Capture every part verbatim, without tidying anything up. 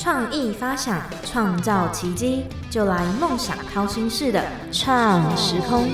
创意发想，创造奇迹，就来梦想掏心式的创时空。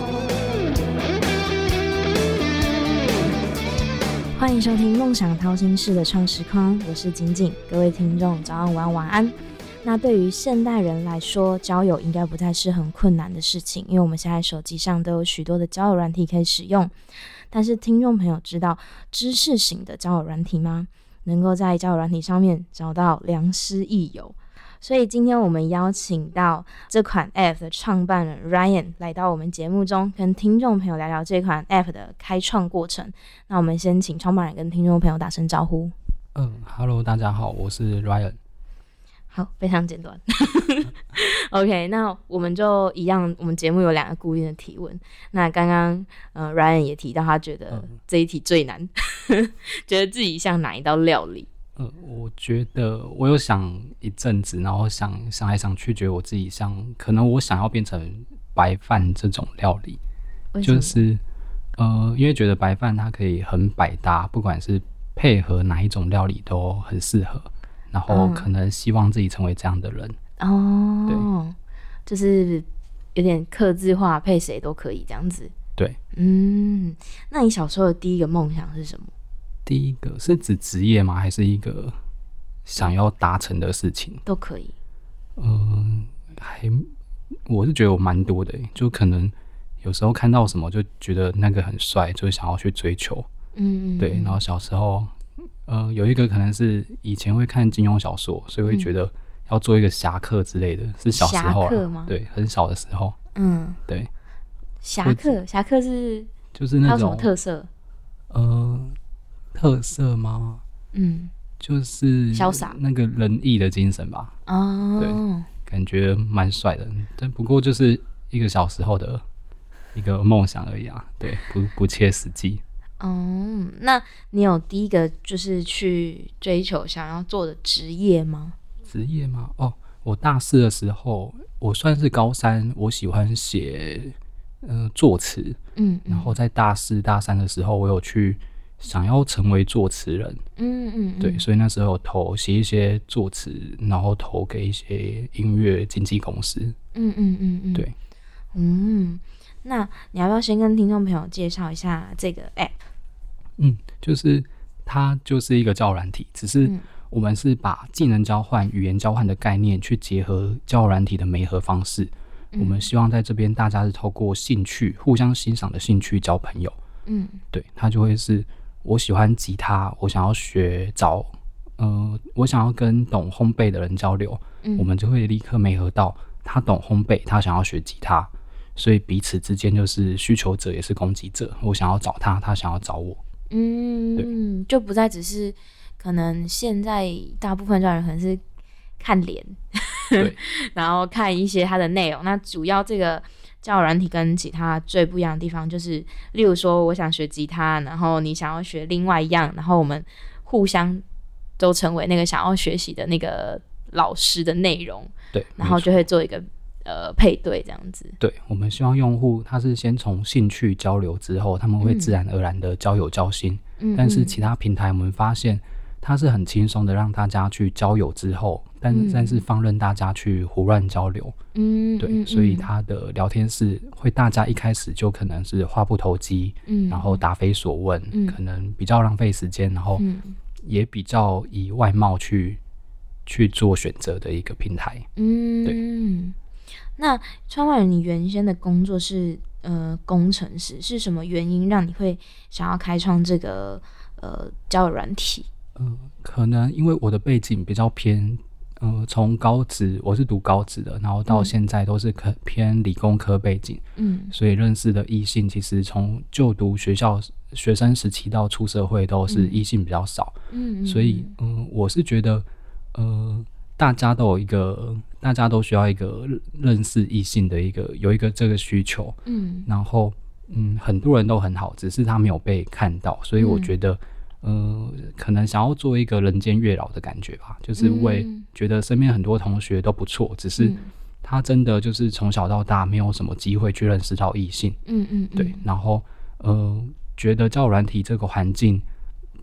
欢迎收听梦想掏心式的创时空，我是景景。各位听众早安、午安、晚安。那对于现代人来说，交友应该不太是很困难的事情，因为我们现在手机上都有许多的交友软体可以使用。但是听众朋友知道知识型的交友软体吗？能够在交友软体上面找到良师益友。所以今天我们邀请到这款 App 的创办人 Ryan 来到我们节目中，跟听众朋友聊聊这款 App 的开创过程。那我们先请创办人跟听众朋友打声招呼。 嗯 ，Hello， 大家好，我是 Ryan。 好，非常简短。OK， 那我们就一样，我们节目有两个固定的提问。那刚刚呃 Ryan 也提到，他觉得这一题最难，嗯、觉得自己像哪一道料理？ 呃，我觉得我有想一阵子，然后想想来想去，觉得我自己像，可能我想要变成白饭这种料理，就是呃，因为觉得白饭它可以很百搭，不管是配合哪一种料理都很适合。然后可能希望自己成为这样的人、 嗯、 哦， 对，就是有点客制化，配谁都可以这样子。 对， 嗯，那你小时候的第一个梦想是什么？ 第一个是指职业吗？还是一个想要达成的事情？ 都可以。 嗯，还我是觉得我蛮多的，就可能有时候看到什么就觉得那个很帅，就想要去追求。嗯, 嗯, 嗯，对。然后小时候。呃，有一个可能是以前会看金庸小说，所以会觉得要做一个侠客之类的，嗯、是小时候啦吗？对，很小的时候。嗯，对。 侠客，侠客是就是那种有什么特色？ 呃，特色吗？嗯，就是潇洒， 那个仁义的精神吧。哦，对，感觉蛮帅的，但不过就是一个小时候的一个梦想而已啊，对，不不切实际。 哦，那你有第一个就是去追求想要做的职业吗？ 职业吗？哦，我大四的时候，我算是高三，我喜欢写呃作词，嗯, 嗯，然后在大四、大三的时候，我有去想要成为作词人，嗯 嗯, 嗯，对，所以那时候有投写一些作词，然后投给一些音乐经纪公司，嗯嗯嗯嗯，对， 嗯，那你要不要先跟听众朋友介绍一下这个 App？ 嗯，就是它就是一个交友软体，只是我们是把技能交换、语言交换的概念去结合交友软体的媒合方式。嗯、我们希望在这边大家是透过兴趣、互相欣赏的兴趣交朋友。嗯，对，它就会是我喜欢吉他，我想要学找呃，我想要跟懂烘焙的人交流，嗯、我们就会立刻媒合到他懂烘焙，他想要学吉他，所以彼此之间就是需求者也是供给者，我想要找他，他想要找我。 嗯，就不再只是可能现在大部分交友人可能是看脸，对，然后看一些它的内容。那主要这个交友软体跟其他最不一样的地方，就是例如说我想学吉他，然后你想要学另外一样，然后我们互相都成为那个想要学习的那个老师的内容， 对， 然后就会做一个呃配对这样子。 对，我们希望用户他是先从兴趣交流之后，他们会自然而然的交友交心。嗯、但是其他平台我们发现它是很轻松的让大家去交友之后，但、嗯、但是放任大家去胡乱交流。嗯，对，嗯、所以它的聊天室会大家一开始就可能是话不投机，嗯、然后答非所问，嗯、可能比较浪费时间，然后也比较以外貌去去做选择的一个平台。嗯，对。 那创办人，你原先的工作是呃工程师，是什么原因让你会想要开创这个呃交友软体？ 呃，可能因为我的背景比较偏，呃，从高职我是读高职的，然后到现在都是可偏理工科背景，嗯，所以认识的异性其实从就读学校学生时期到出社会都是异性比较少，嗯，所以嗯、呃，我是觉得呃。大家都有一个，大家都需要一个认识异性的一个有一个这个需求，嗯，然后嗯，很多人都很好，只是他没有被看到，所以我觉得，嗯、呃，可能想要做一个人间月老的感觉吧，就是为觉得身边很多同学都不错，只是他真的就是从小到大没有什么机会去认识到异性，嗯嗯，对，然后呃，觉得交友软体这个环境。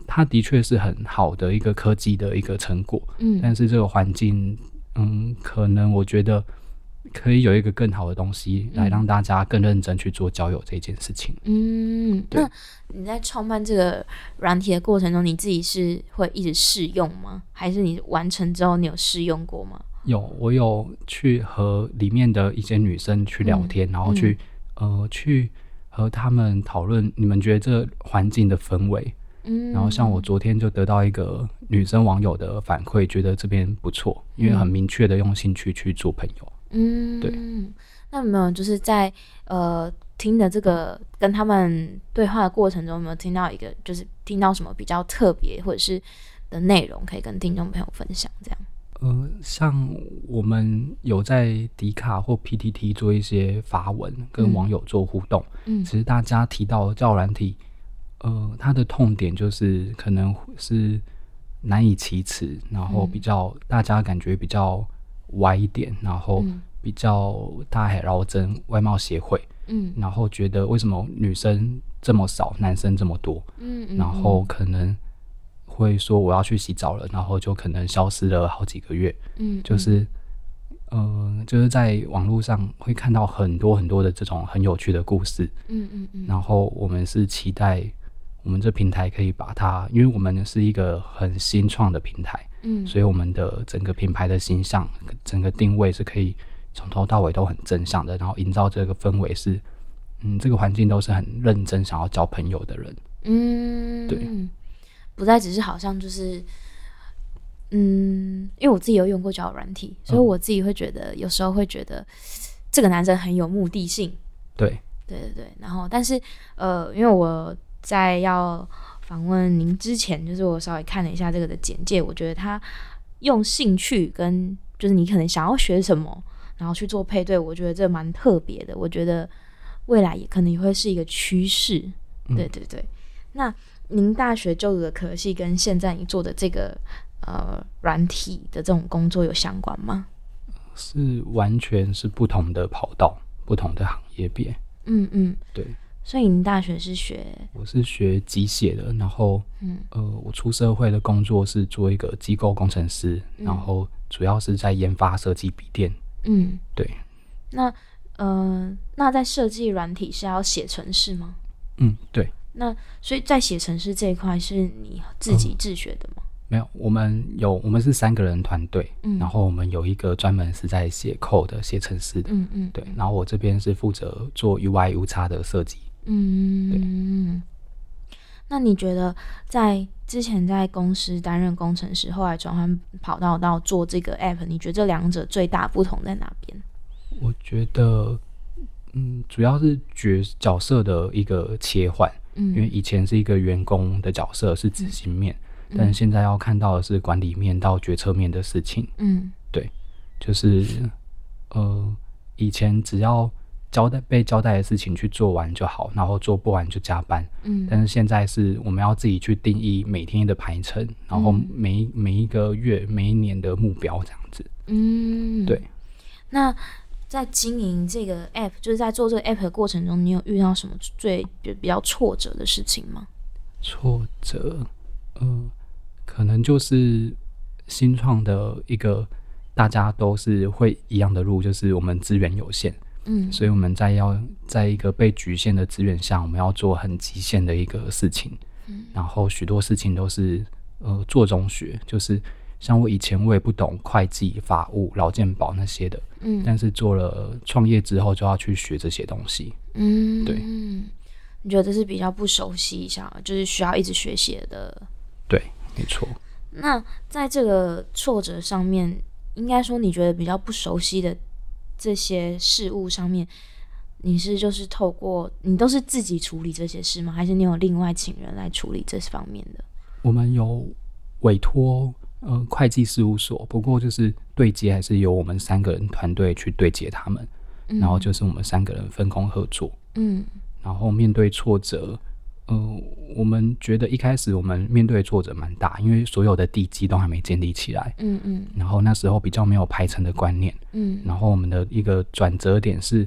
它的确是很好的一个科技的一个成果， 嗯， 但是这个环境，嗯，可能我觉得可以有一个更好的东西来让大家更认真去做交友这件事情。 嗯，那你在创办这个软体的过程中，你自己是会一直试用吗？还是你完成之后你有试用过吗？ 有，我有去和里面的一些女生去聊天，嗯、然后去、嗯、呃去和他们讨论，你们觉得这环境的氛围。嗯，然后像我昨天就得到一个女生网友的反馈，觉得这边不错，因为很明确的用兴趣去做朋友。嗯，对。 那有没有就是在呃听的这个跟他们对话的过程中，有没有听到一个就是听到什么比较特别或者是的内容，可以跟听众朋友分享？这样。 呃，像我们有在迪卡或 P T T 做一些发文，跟网友做互动。嗯，其实大家提到交友软体，呃，它的痛点就是可能是难以启齿，然后比较、嗯、大家感觉比较歪一点，然后比较大海捞针外貌协会。嗯，然后觉得为什么女生这么少，男生这么多？嗯，嗯然后可能会说我要去洗澡了，然后就可能消失了好几个月。嗯，就是呃，就是在网络上会看到很多很多的这种很有趣的故事。嗯嗯嗯。然后我们是期待我们这平台可以把它，因为我们是一个很新创的平台，嗯，所以我们的整个品牌的形象、整个定位是可以从头到尾都很正向的，然后营造这个氛围是，嗯，这个环境都是很认真想要交朋友的人。嗯，对。 不再只是好像就是，嗯，因为我自己有用过交友软体，所以我自己会觉得、嗯、有时候会觉得这个男生很有目的性。对，对对对。然后，但是呃，因为我在要访问您之前，就是我稍微看了一下这个的简介，我觉得他用兴趣跟就是你可能想要学什么，然后去做配对，我觉得这蛮特别的。我觉得未来也可能也会是一个趋势。嗯、对对对，那。您大学就读的科系跟现在你做的这个呃软体的这种工作有相关吗？是完全是不同的跑道，不同的行业别。嗯嗯，对。所以您大学是学？我是学机械的，然后嗯呃，我出社会的工作是做一个机构工程师，嗯、然后主要是在研发设计笔电。嗯，对。那呃，那在设计软体是要写程式吗？嗯，对。那所以在写程式这一块是你自己自学的吗？嗯、没有，我们有我们是三个人团队，嗯，然后我们有一个专门是在写 code 的写程式的，嗯嗯，对，然后我这边是负责做 U I U X 的设计，嗯，对。那你觉得在之前在公司担任工程师，后来转换跑道到做这个 app， 你觉得这两者最大不同在哪边？我觉得，嗯，主要是角角色的一个切换。因为以前是一个员工的角色，是执行面、嗯、但是现在要看到的是管理面到决策面的事情。嗯，对，就是呃，以前只要交代被交代的事情去做完就好，然后做不完就加班。嗯，但是现在是我们要自己去定义每天的排程，然后每每一个月、每一年的目标这样子。嗯，对。那在经营这个 app， 就是在做这个 app 的过程中，你有遇到什么最比较挫折的事情吗？挫折，呃，可能就是新创的一个，大家都是会一样的路，就是我们资源有限，嗯，所以我们在要在一个被局限的资源下，我们要做很极限的一个事情，嗯，然后许多事情都是呃做中学，就是像我以前我也不懂会计、法务、劳健保那些的，嗯，但是做了创业之后就要去学这些东西，嗯，对，你觉得这是比较不熟悉一下，就是需要一直学习的，对，没错。那在这个挫折上面，应该说你觉得比较不熟悉的这些事物上面，你是就是透过你都是自己处理这些事吗？还是你有另外请人来处理这方面的？我们有委托呃会计事务所，不过就是对接还是由我们三个人团队去对接他们，嗯，然后就是我们三个人分工合作，嗯，然后面对挫折。呃，我们觉得一开始我们面对挫折蛮大，因为所有的地基都还没建立起来，嗯嗯，然后那时候比较没有排程的观念，嗯，然后我们的一个转折点是，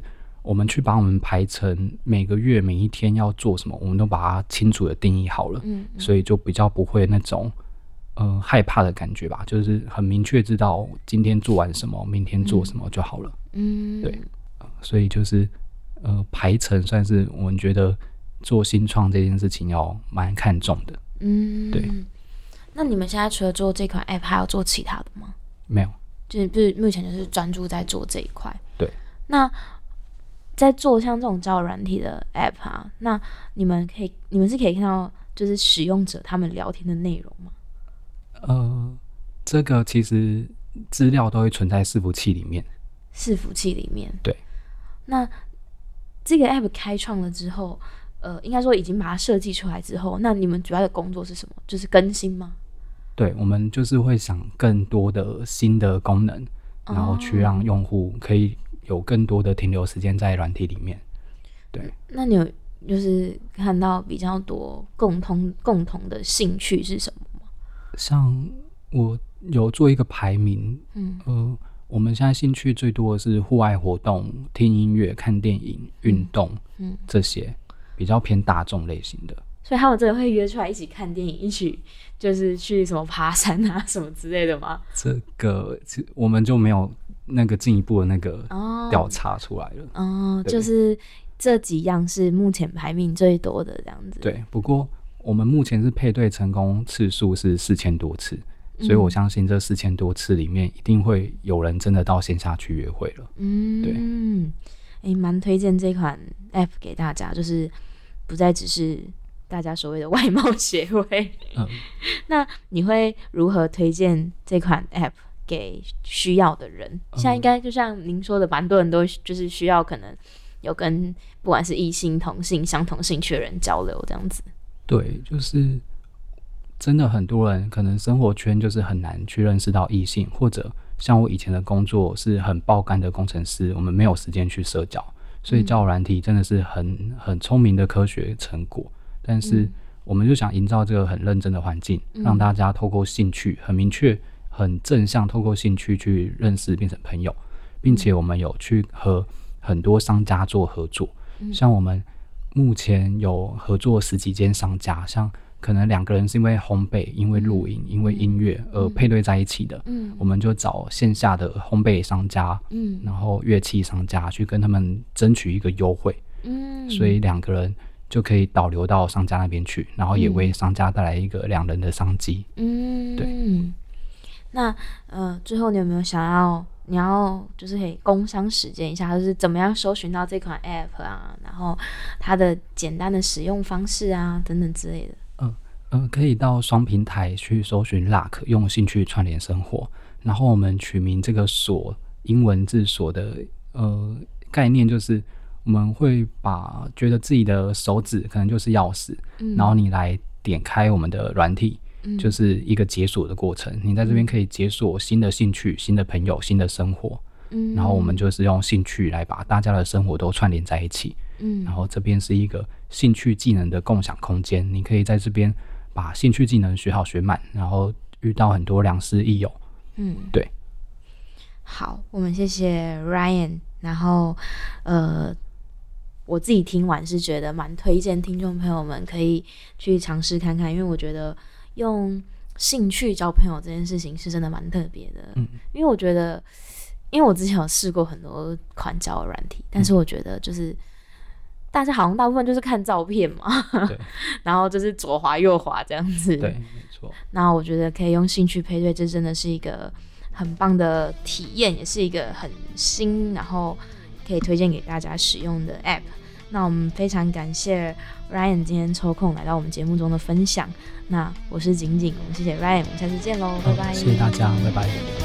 我们去把我们排成每个月每一天要做什么，我们都把它清楚的定义好了，嗯嗯，所以就比较不会那种呃害怕的感觉吧，就是很明确知道今天做完什么，明天做什么就好了。嗯，对，呃、所以就是呃排程算是我们觉得做新创这件事情要蛮看重的。嗯，对。 那你们现在除了做这款 App 还有做其他的吗？ 没有， 就是目前就是专注在做这一块。 对。 那在做像这种交友软体的 App 啊，那你们可以，你们是可以看到就是使用者他们聊天的内容吗？ 呃，这个其实资料都会存在伺服器里面。 伺服器里面。 对。 那这个 App 开创了之后，呃，应该说已经把它设计出来之后，那你们主要的工作是什么？就是更新吗？ 对，我们就是会想更多的新的功能，然后去让用户可以有更多的停留时间在软体里面。对， 那你有就是看到比较多共同共同的兴趣是什么吗？ 像我有做一个排名，嗯，呃，我们现在兴趣最多的是户外活动、听音乐、看电影、运动，嗯，这些比较偏大众类型的。 所以他们真的会约出来一起看电影，一起就是去什么爬山啊什么之类的吗？ 这个我们就没有那个进一步的那个调查出来了。 哦，就是这几样是目前排名最多的这样子。 对，不过我们目前是配对成功次数是四千多次，所以我相信这四千多次里面一定会有人真的到线下去约会了。嗯，对， 嗯，哎，蛮推荐这款 App 给大家，就是不再只是大家所谓的外貌协会。嗯，那你会如何推荐这款 App 给需要的人？嗯、现在应该就像您说的，蛮多人都就是需要可能有跟不管是异性、同性、相同兴趣的人交流这样子。 对，就是真的很多人可能生活圈就是很难去认识到异性，或者像我以前的工作是很爆肝的工程师，我们没有时间去社交，所以交友软体真的是很很聪明的科学成果。但是我们就想营造这个很认真的环境，嗯、让大家透过兴趣很明确、很正向，透过兴趣去认识变成朋友，并且我们有去和很多商家做合作，嗯、像我们目前有合作十几间商家，像可能两个人是因为烘焙、因为录影、因为音乐而配对在一起的，嗯、我们就找线下的烘焙商家，嗯、然后乐器商家去跟他们争取一个优惠，嗯、所以两个人就可以导流到商家那边去，然后也为商家带来一个两人的商机。嗯，对。 那呃，最后你有没有想要，你要就是可以工商实践一下，就是怎么样搜寻到这款 App 啊，然后它的简单的使用方式啊，等等之类的。 嗯呃，可以到双平台去搜寻 Luck， 用兴趣串联生活。然后我们取名这个锁，英文字锁的呃概念就是，我们会把觉得自己的手指可能就是钥匙，嗯、然后你来点开我们的软体，嗯、就是一个解锁的过程。你在这边可以解锁新的兴趣、新的朋友、新的生活。嗯、然后我们就是用兴趣来把大家的生活都串联在一起。嗯、然后这边是一个兴趣技能的共享空间，你可以在这边把兴趣技能学好学满，然后遇到很多良师益友。嗯，对。 好，我们谢谢 Ryan。然后，呃。我自己听完是觉得蛮推荐听众朋友们可以去尝试看看，因为我觉得用兴趣交朋友这件事情是真的蛮特别的。嗯，因为我觉得，因为我之前有试过很多款交友软体，但是我觉得就是大家好像大部分就是看照片嘛，对，然后就是左滑右滑这样子。 对，没错。 那我觉得可以用兴趣配对，这真的是一个很棒的体验，也是一个很新，然后可以推荐给大家使用的 App。那我们非常感谢 Ryan 今天抽空来到我们节目中的分享。那我是景景，我们谢谢 Ryan， 我们下次见喽，拜拜。 谢谢大家，拜拜。